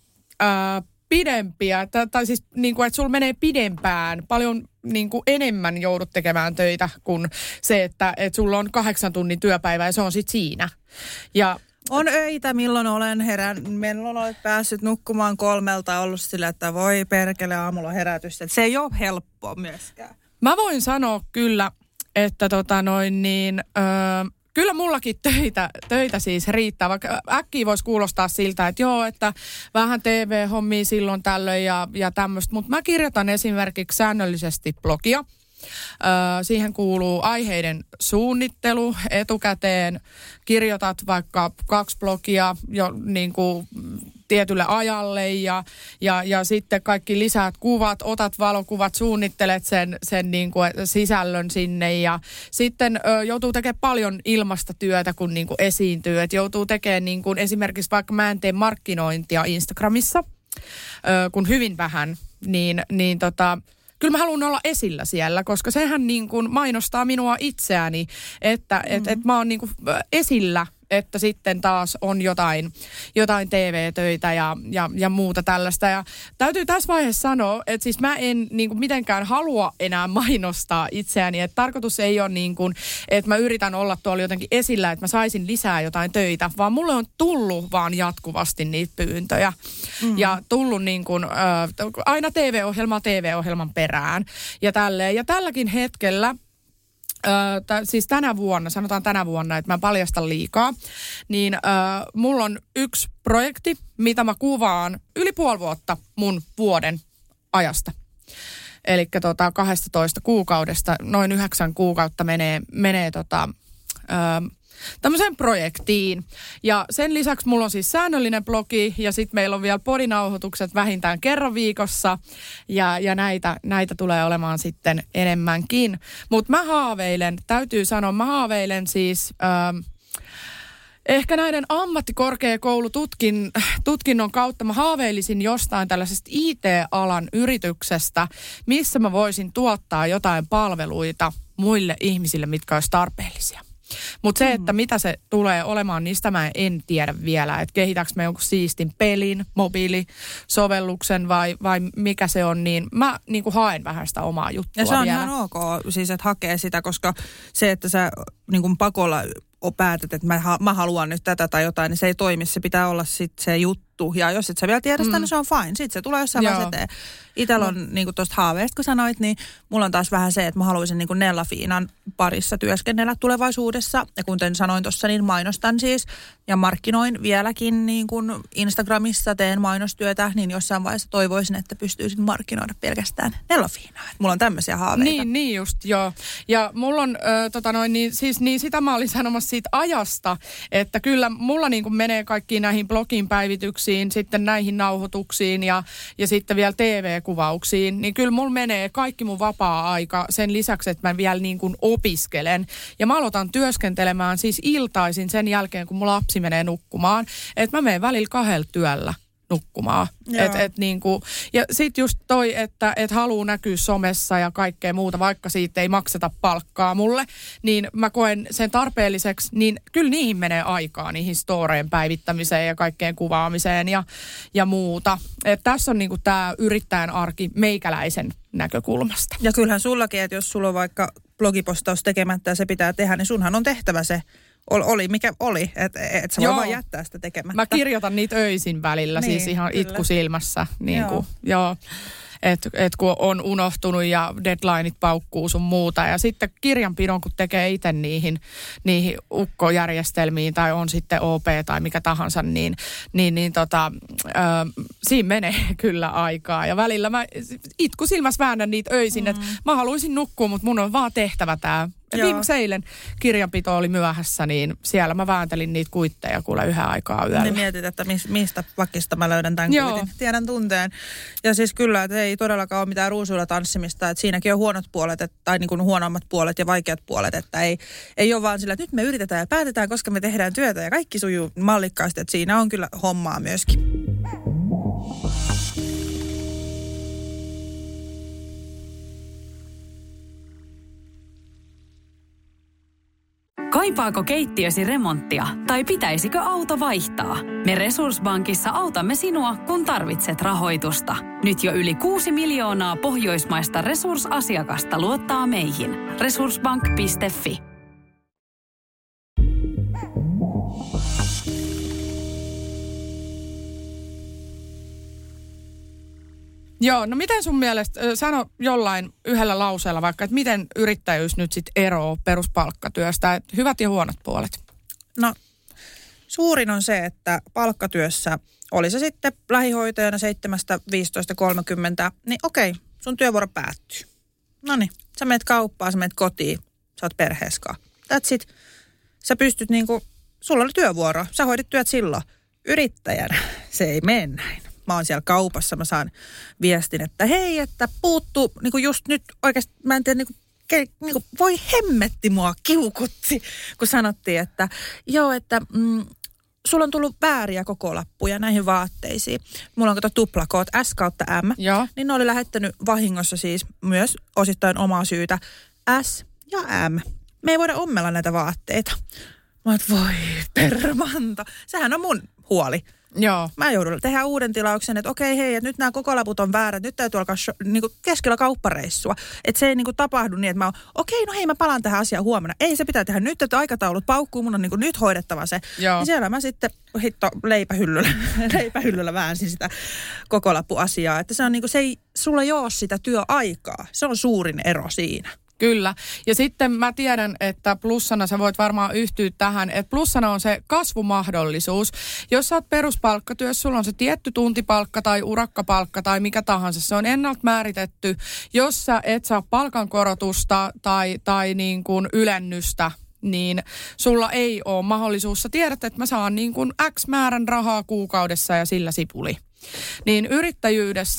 pidempiä, tai siis niin kuin, että sulla menee pidempään, paljon niin kuin enemmän joudut tekemään töitä kuin se, että sulla on 8 tunnin työpäivä ja se on sitten siinä. Ja on öitä, milloin olet päässyt nukkumaan 3, ollut sillä, että voi perkele aamulla herätystä. Se ei ole helppoa myöskään. Mä voin sanoa kyllä, että kyllä mullakin töitä siis riittää. Vaikka äkkiä voisi kuulostaa siltä, että joo, että vähän TV-hommia silloin tällöin ja tämmöistä. Mutta mä kirjoitan esimerkiksi säännöllisesti blogia. Siihen kuuluu aiheiden suunnittelu. Etukäteen kirjoitat vaikka 2 blogia jo niin kuin tietylle ajalle ja sitten kaikki lisäät kuvat, otat valokuvat, suunnittelet sen niin kuin sisällön sinne ja sitten joutuu tekemään paljon ilmasta työtä, kun niin kuin esiintyy. Et joutuu tekemään niin kuin esimerkiksi vaikka mä en tee markkinointia Instagramissa, kun hyvin vähän, niin kyllä mä haluan olla esillä siellä, koska sehän niin kuin mainostaa minua itseäni, että mä oon niin kuin esillä, että sitten taas on jotain TV-töitä ja muuta tällaista. Ja täytyy tässä vaiheessa sanoa, että siis mä en niin kuin mitenkään halua enää mainostaa itseäni. Että tarkoitus ei ole niin kuin, että mä yritän olla tuolla jotenkin esillä, että mä saisin lisää jotain töitä, vaan mulle on tullut vaan jatkuvasti niitä pyyntöjä. Ja tullut niin kuin, aina TV-ohjelman perään ja tälleen. Ja tälläkin hetkellä, siis sanotaan tänä vuonna, että mä paljastan liikaa, niin mulla on yksi projekti, mitä mä kuvaan yli puoli vuotta mun vuoden ajasta. Eli 12 kuukaudesta, noin 9 kuukautta menee tämmöiseen projektiin. Ja sen lisäksi mulla on siis säännöllinen blogi ja sitten meillä on vielä podinauhoitukset vähintään kerran viikossa. Ja näitä tulee olemaan sitten enemmänkin. Mutta täytyy sanoa, mä haaveilen siis ehkä näiden ammattikorkeakoulututkinnon kautta mä haaveilisin jostain tällaisesta IT-alan yrityksestä, missä mä voisin tuottaa jotain palveluita muille ihmisille, mitkä olisi tarpeellisia. Mutta se, että mitä se tulee olemaan, niistä mä en tiedä vielä. Että kehitäks me jonkun siistin pelin, mobiilisovelluksen vai mikä se on, niin mä niin kuin haen vähän sitä omaa juttua vielä. Ja se on ihan ok, siis että hakee sitä, koska se, että sä niin kuin pakolla päätät, että mä haluan nyt tätä tai jotain, niin se ei toimi. Se pitää olla sitten se juttu. Ja jos et sä vielä tiedä sitä, niin se on fine. Sitten se tulee jossain vaiheessa eteen. Itellä on niin kuin tuosta haaveesta, kun sanoit, niin mulla on taas vähän se, että mä haluaisin niin kuin Nella Fiinan parissa työskennellä tulevaisuudessa. Ja kuten sanoin tuossa, niin mainostan siis ja markkinoin vieläkin niin kuin Instagramissa, teen mainostyötä, niin jossain vaiheessa toivoisin, että pystyisin markkinoida pelkästään Nella Fiinaa. Mulla on tämmöisiä haaveita. Niin just, joo. Ja mulla on, niin sitä mä olin sanomassa siitä ajasta, että kyllä mulla niin kuin menee kaikkiin näihin blogin päivityksiin, sitten näihin nauhoituksiin ja sitten vielä TV-kuvauksiin, niin kyllä mulla menee kaikki mun vapaa-aika sen lisäksi, että mä vielä niin kuin opiskelen. Ja mä aloitan työskentelemään siis iltaisin sen jälkeen, kun mun lapsi menee nukkumaan, että mä menen välillä 2 työllä nukkumaan. Ja sit just toi, että haluaa näkyä somessa ja kaikkea muuta, vaikka siitä ei makseta palkkaa mulle, niin mä koen sen tarpeelliseksi, niin kyllä niihin menee aikaa, niihin storeen päivittämiseen ja kaikkeen kuvaamiseen ja muuta. Et tässä on niinku tää yrittäjän arki meikäläisen näkökulmasta. Ja kyllähän sullakin, että jos sulla on vaikka blogipostaus tekemättä ja se pitää tehdä, niin sunhan on tehtävä se. Oli mikä oli, että sä voi vaan jättää sitä tekemättä. Mä kirjoitan niitä öisin välillä, niin, siis ihan kyllä. Itku silmässä. Niin että kun on unohtunut ja deadlineit paukkuu sun muuta. Ja sitten kirjanpidon, kun tekee itse niihin ukkojärjestelmiin tai on sitten OP tai mikä tahansa, niin siinä menee kyllä aikaa. Ja välillä mä itku silmässä väännän niitä öisin, että mä haluaisin nukkua, mutta mun on vaan tehtävä tää. Viimeksi eilen kirjanpito oli myöhässä, niin siellä mä vääntelin niitä kuitteja kuule 1 aikaa yöllä. Niin mietit, että mistä pakista mä löydän tämän kuitin. Tiedän tunteen. Ja siis kyllä, että ei todellakaan ole mitään ruusuilla tanssimista. Että siinäkin on huonot puolet, tai niin kuin huonommat puolet ja vaikeat puolet. Että ei ole vaan sillä, että nyt me yritetään ja päätetään, koska me tehdään työtä ja kaikki sujuu mallikkaasti. Että siinä on kyllä hommaa myöskin. Kaipaako keittiösi remonttia tai pitäisikö auto vaihtaa? Me Resurssbankissa autamme sinua, kun tarvitset rahoitusta. Nyt jo yli 6 miljoonaa pohjoismaista resursasiakasta luottaa meihin. Resurssbank.fi. Joo, no miten sun mielestä, sano jollain yhdellä lauseella vaikka, että miten yrittäjyys nyt sitten eroaa peruspalkkatyöstä, että hyvät ja huonot puolet? No, suurin on se, että palkkatyössä, oli se sitten lähihoitajana 7:15:30, niin okei, sun työvuoro päättyy. Noniin, sä menet kauppaan, sä menet kotiin, sä oot perheeskaan. That's it. Sä pystyt sulla oli työvuoro, sä hoidit työt silloin. Yrittäjänä se ei mene näin. Mä oon siellä kaupassa, mä saan viestin, että hei, että puuttuu, niin kuin just nyt oikeasti, mä en tiedä, voi hemmetti mua kiukutti, kun sanottiin, että joo, että sulla on tullut vääriä kokolappuja näihin vaatteisiin. Mulla on tuplakoot S/M, niin ne oli lähettänyt vahingossa siis myös osittain omaa syytä S ja M. Me ei voida ommella näitä vaatteita. Mä oon, voi permanta, sehän on mun huoli. Joo. Mä joudun tehdä uuden tilauksen, että okei, hei, että nyt nämä kokolaput on väärät, nyt täytyy alkaa keskellä kauppareissua. Että se ei tapahdu niin, että mä oon, okei, no hei, mä palaan tähän asiaan huomenna. Ei, se pitää tehdä nyt, että aikataulut paukkuu, mun on nyt hoidettava se. Joo. Niin siellä mä sitten leipähyllyllä väänsin sitä kokolappuasiaa. Että se on sulla ei ole sitä työaikaa. Se on suurin ero siinä. Kyllä. Ja sitten mä tiedän, että plussana sä voit varmaan yhtyä tähän, että plussana on se kasvumahdollisuus. Jos sä oot peruspalkkatyössä, sulla on se tietty tuntipalkka tai urakkapalkka tai mikä tahansa. Se on ennalta määritetty. Jos sä et saa palkankorotusta tai niin kuin ylennystä, niin sulla ei ole mahdollisuus. Sä tiedät, että mä saan niin kuin X määrän rahaa kuukaudessa ja sillä sipuli. Niin yrittäjyydessä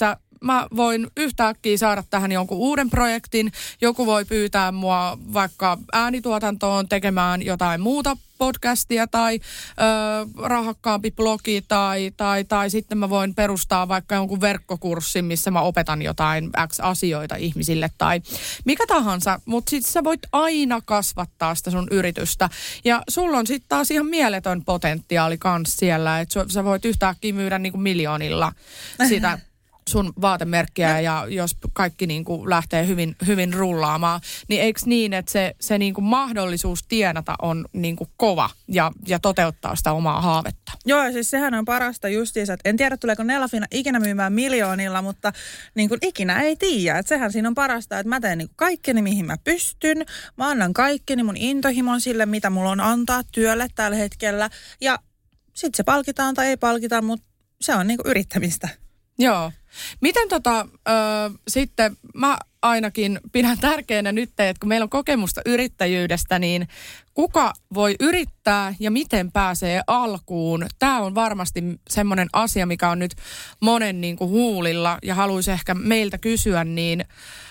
mä voin yhtäkkiä saada tähän jonkun uuden projektin. Joku voi pyytää mua vaikka äänituotantoon tekemään jotain muuta podcastia tai rahakkaampi blogi tai sitten mä voin perustaa vaikka jonkun verkkokurssin, missä mä opetan jotain X-asioita ihmisille tai mikä tahansa. Mutta sitten sä voit aina kasvattaa sitä sun yritystä. Ja sulla on sitten taas ihan mieletön potentiaali kans siellä, että sä voit yhtäkkiä myydä niinku miljoonilla sitä sun vaatemerkkiä ja jos kaikki niinku lähtee hyvin, hyvin rullaamaan, niin eikö niin, että se niinku mahdollisuus tienata on niinku kova ja toteuttaa sitä omaa haavetta? Joo, siis sehän on parasta justiinsa, että en tiedä tuleeko Nelafina ikinä myymään miljoonilla, mutta niin kuin ikinä ei tiedä. Että sehän siinä on parasta, että mä teen niinku kaikkeni, mihin mä pystyn. Mä annan kaikkeni mun intohimon sille, mitä mulla on antaa työlle tällä hetkellä. Ja sitten se palkitaan tai ei palkita, mutta se on niinku yrittämistä. Joo. Miten sitten mä ainakin pidän tärkeänä nyt, että kun meillä on kokemusta yrittäjyydestä, niin kuka voi yrittää ja miten pääsee alkuun? Tämä on varmasti semmoinen asia, mikä on nyt monen niin kuin huulilla ja haluaisi ehkä meiltä kysyä, niin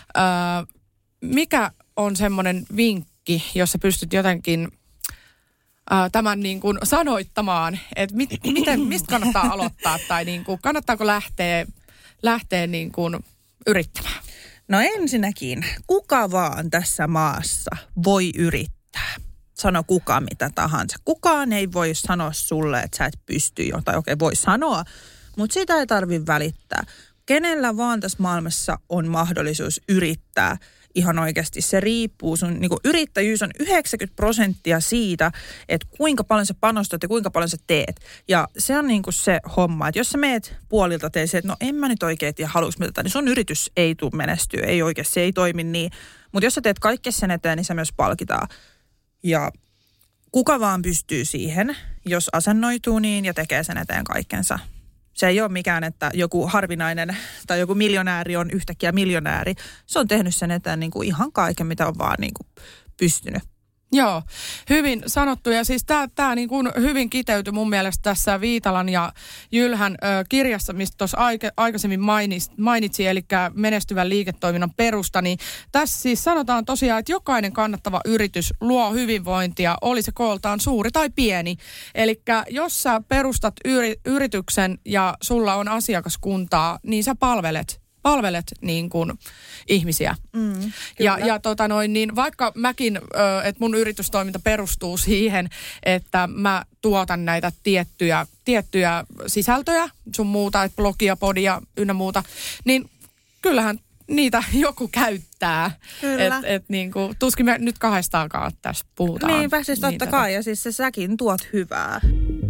mikä on semmoinen vinkki, jossa pystyt jotenkin tämän niin kuin sanoittamaan, että mistä kannattaa aloittaa tai niin kuin, kannattaako lähteä niin kuin yrittämään? No ensinnäkin, kuka vaan tässä maassa voi yrittää? Sano kuka mitä tahansa. Kukaan ei voi sanoa sulle, että sä et pysty jotain. Okei, voi sanoa, mutta sitä ei tarvitse välittää. Kenellä vaan tässä maailmassa on mahdollisuus yrittää. Ihan oikeasti se riippuu. Sun niin kuin yrittäjyys on 90% siitä, että kuinka paljon sä panostat ja kuinka paljon sä teet. Ja se on niin kuin se homma, että jos sä meet puolilta teet että no en mä nyt oikein tiedä haluuks mä tätä, niin sun yritys ei tule menestyä. Ei oikeasti, se ei toimi niin. Mutta jos sä teet kaikkea sen eteen, niin se myös palkitaan. Ja kuka vaan pystyy siihen, jos asennoituu niin ja tekee sen eteen kaikkensa. Se ei ole mikään, että joku harvinainen tai joku miljonääri on yhtäkkiä miljonääri. Se on tehnyt sen eteen niin kuin ihan kaiken, mitä on vaan niin kuin pystynyt. Joo, hyvin sanottu. Ja siis tämä niin kuin hyvin kiteytyi mun mielestä tässä Viitalan ja Jylhän kirjassa, mistä tuossa aikaisemmin mainitsi, eli menestyvän liiketoiminnan perusta. Niin tässä siis sanotaan tosiaan, että jokainen kannattava yritys luo hyvinvointia, oli se kooltaan suuri tai pieni. Eli jos sä perustat yrityksen ja sulla on asiakaskuntaa, niin sä palvelet niin kuin ihmisiä. Ja niin vaikka mäkin, että mun yritystoiminta perustuu siihen, että mä tuotan näitä tiettyjä sisältöjä, sun muuta, että blogia, podia ynnä muuta, niin kyllähän niitä joku käyttää. Kyllä. Et niin kuin, tuskin me nyt kahdestaankaan tässä puhutaan. Niinpä, siis totta kai, ja siis säkin tuot hyvää.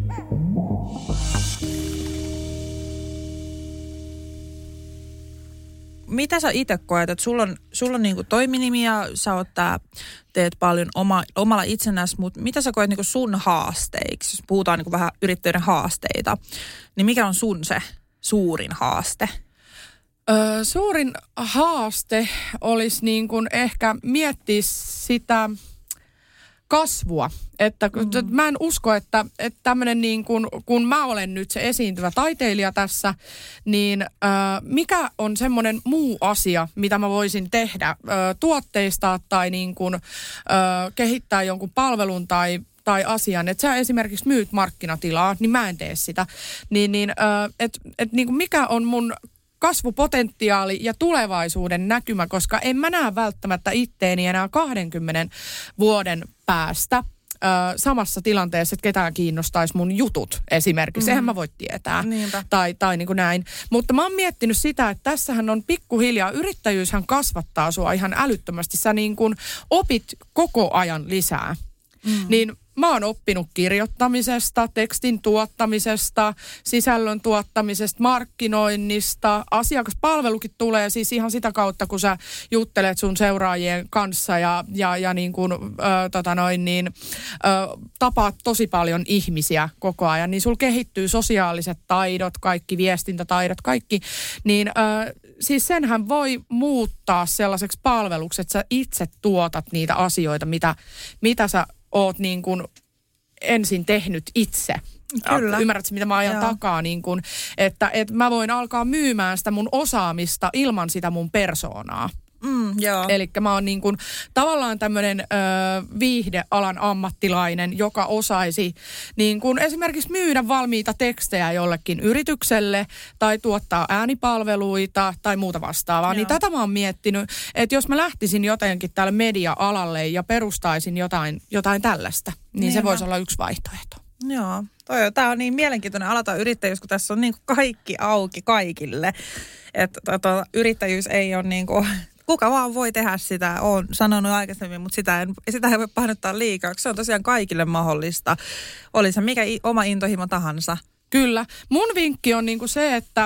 Mitä sä itse koet, että sulla on niinku toiminimi ja sä teet paljon omalla itsenäsi, mutta mitä sä koet niinku sun haasteiksi, jos puhutaan niinku vähän yrittäjyyden haasteita, niin mikä on sun se suurin haaste? Suurin haaste olisi niin kuin ehkä miettiä sitä kasvua. Että mä en usko, että tämmöinen niin kuin, kun mä olen nyt se esiintyvä taiteilija tässä, niin mikä on semmoinen muu asia, mitä mä voisin tehdä, tuotteistaa tai niin kuin, kehittää jonkun palvelun tai asian, että sä esimerkiksi myyt markkinatilaa, niin mä en tee sitä. Niin kuin mikä on mun kasvupotentiaali ja tulevaisuuden näkymä, koska en mä näe välttämättä itteeni enää 20 vuoden päästä samassa tilanteessa, että ketään kiinnostaisi mun jutut esimerkiksi. Eihän mä voi tietää. Niinpä. Tai niin kuin näin. Mutta mä oon miettinyt sitä, että tässähän on pikkuhiljaa, yrittäjyyshän kasvattaa sua ihan älyttömästi. Sä niin kuin opit koko ajan lisää. Niin mä oon oppinut kirjoittamisesta, tekstin tuottamisesta, sisällön tuottamisesta, markkinoinnista. Asiakaspalvelukin tulee siis ihan sitä kautta, kun sä juttelet sun seuraajien kanssa ja niin kuin, tapaat tosi paljon ihmisiä koko ajan. Niin sul kehittyy sosiaaliset taidot, kaikki viestintätaidot, kaikki. Niin siis senhän voi muuttaa sellaiseksi palveluksi, että sä itse tuotat niitä asioita, mitä sä oot niin kuin ensin tehnyt itse. Kyllä. Ymmärrätkö, mitä mä ajan takaa? Niin kun, että mä voin alkaa myymään sitä mun osaamista ilman sitä mun persoonaa. Elikkä mä oon niin kuin tavallaan tämmönen viihdealan ammattilainen, joka osaisi niin kuin esimerkiksi myydä valmiita tekstejä jollekin yritykselle tai tuottaa äänipalveluita tai muuta vastaavaa. Niin tätä mä oon miettinyt, että jos mä lähtisin jotenkin tälle media-alalle ja perustaisin jotain tällaista, niin se voisi olla yksi vaihtoehto. Joo, tämä on niin mielenkiintoinen alata yrittäjyys, kun tässä on niin kuin kaikki auki kaikille. Että yrittäjyys ei ole niin kuin... Kuka vaan voi tehdä sitä, olen sanonut aikaisemmin, mutta sitä ei voi painottaa liikaa. Se on tosiaan kaikille mahdollista. Oli se mikä oma intohimo tahansa. Kyllä. Mun vinkki on niinku se, että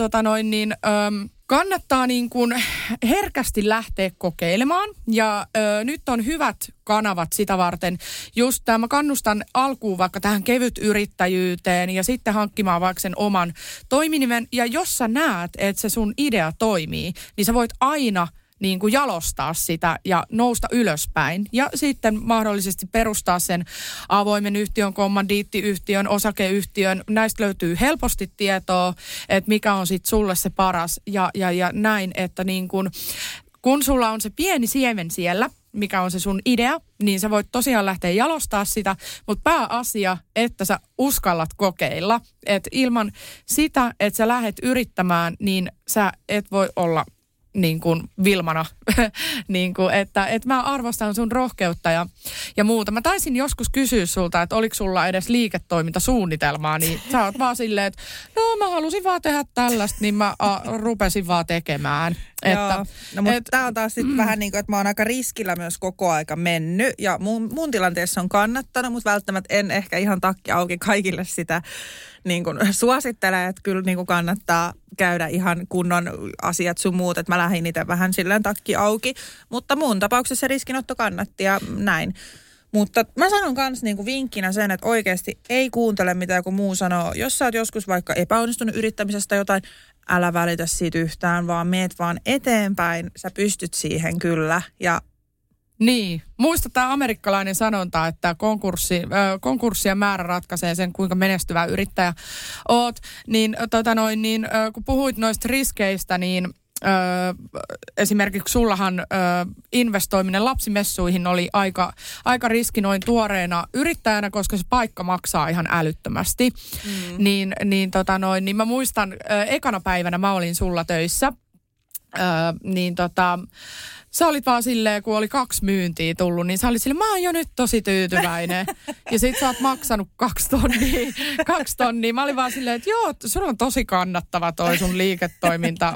kannattaa niinku herkästi lähteä kokeilemaan. Ja nyt on hyvät kanavat sitä varten. Just mä kannustan alkuun vaikka tähän kevytyrittäjyyteen ja sitten hankkimaan vaikka sen oman toiminimen. Ja jos sä näet, että se sun idea toimii, niin sä voit aina niin kuin jalostaa sitä ja nousta ylöspäin. Ja sitten mahdollisesti perustaa sen avoimen yhtiön, kommandiittiyhtiön, osakeyhtiön. Näistä löytyy helposti tietoa, että mikä on sitten sulle se paras. Ja näin, että niin kun sulla on se pieni siemen siellä, mikä on se sun idea, niin sä voit tosiaan lähteä jalostaa sitä, mutta pääasia, että sä uskallat kokeilla. Että ilman sitä, että sä lähdet yrittämään, niin sä et voi olla niin kuin Vilmana, niin kuin, että mä arvostan sun rohkeutta ja muuta. Mä taisin joskus kysyä sulta, että oliko sulla edes liiketoimintasuunnitelmaa, niin sä oot vaan silleen, että no mä halusin vaan tehdä tällaista, niin mä rupesin vaan tekemään. Joo, no mutta tää on taas sitten vähän niin kuin, että mä oon aika riskillä myös koko aika mennyt ja mun tilanteessa on kannattanut, mutta välttämättä en ehkä ihan takki auki kaikille sitä niin kuin suosittele, että kyllä niin kuin kannattaa käydä ihan kunnon asiat sun muut, että mä lähdin itse vähän silleen takki auki, mutta mun tapauksessa se riskinotto kannatti ja näin. Mutta mä sanon kans niinku vinkkinä sen, että oikeasti ei kuuntele mitä joku muu sanoo. Jos sä oot joskus vaikka epäonnistunut yrittämisestä jotain, älä välitä siitä yhtään, vaan meet vaan eteenpäin. Sä pystyt siihen kyllä ja... Niin. Muista tämä amerikkalainen sanonta, että konkurssien määrä ratkaisee sen, kuinka menestyvä yrittäjä oot. Niin, kun puhuit noista riskeistä, niin esimerkiksi sullahan investoiminen lapsimessuihin oli aika riski noin tuoreena yrittäjänä, koska se paikka maksaa ihan älyttömästi. Niin mä muistan, ekana päivänä mä olin sulla töissä, sä olit vaan silleen, kun oli 2 myyntiä tullut, niin sä olit silleen, mä oon jo nyt tosi tyytyväinen. Ja sit sä oot maksanut 2 tonnia. Mä olin vaan silleen, että joo, sulla on tosi kannattava toi sun liiketoiminta,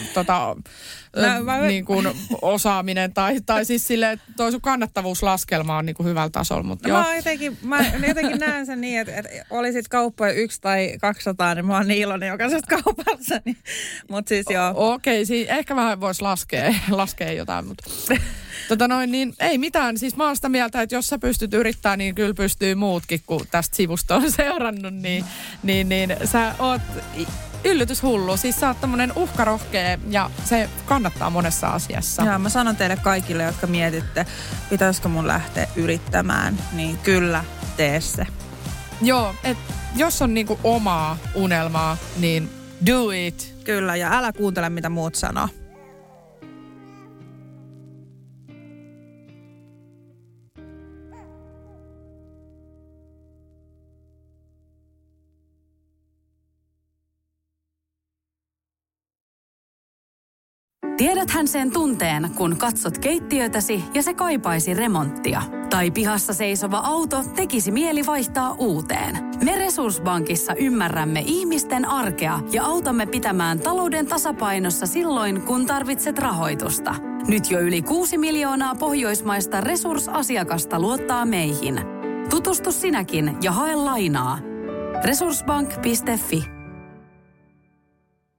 niin kuin osaaminen. Tai siis silleen, että toi sun kannattavuuslaskelma on niin kuin hyvällä tasolla. Mutta no, mä jotenkin näen sen niin, että olisit kauppoja 1 tai 200, niin mä oon niin iloinen jokaisesta kaupassa. Mutta siis joo. Okei, ehkä vähän voisi laskea jotain. Mutta niin ei mitään. Siis mä oon sitä mieltä, että jos sä pystyt yrittämään, niin kyllä pystyy muutkin, kun tästä sivusta on seurannut. Niin sä oot yllytyshullu. Siis sä oot tämmönen uhkarohkea ja se kannattaa monessa asiassa. Joo, mä sanon teille kaikille, jotka mietitte, pitäisikö mun lähteä yrittämään, niin kyllä tee se. Joo, että jos on niinku omaa unelmaa, niin do it. Kyllä, ja älä kuuntele, mitä muut sanoo. Tiedäthän sen tunteen, kun katsot keittiötäsi ja se kaipaisi remonttia. Tai pihassa seisova auto tekisi mieli vaihtaa uuteen. Me Resurssbankissa ymmärrämme ihmisten arkea ja autamme pitämään talouden tasapainossa silloin, kun tarvitset rahoitusta. Nyt jo yli 6 miljoonaa pohjoismaista resursasiakasta luottaa meihin. Tutustu sinäkin ja hae lainaa. Resurssbank.fi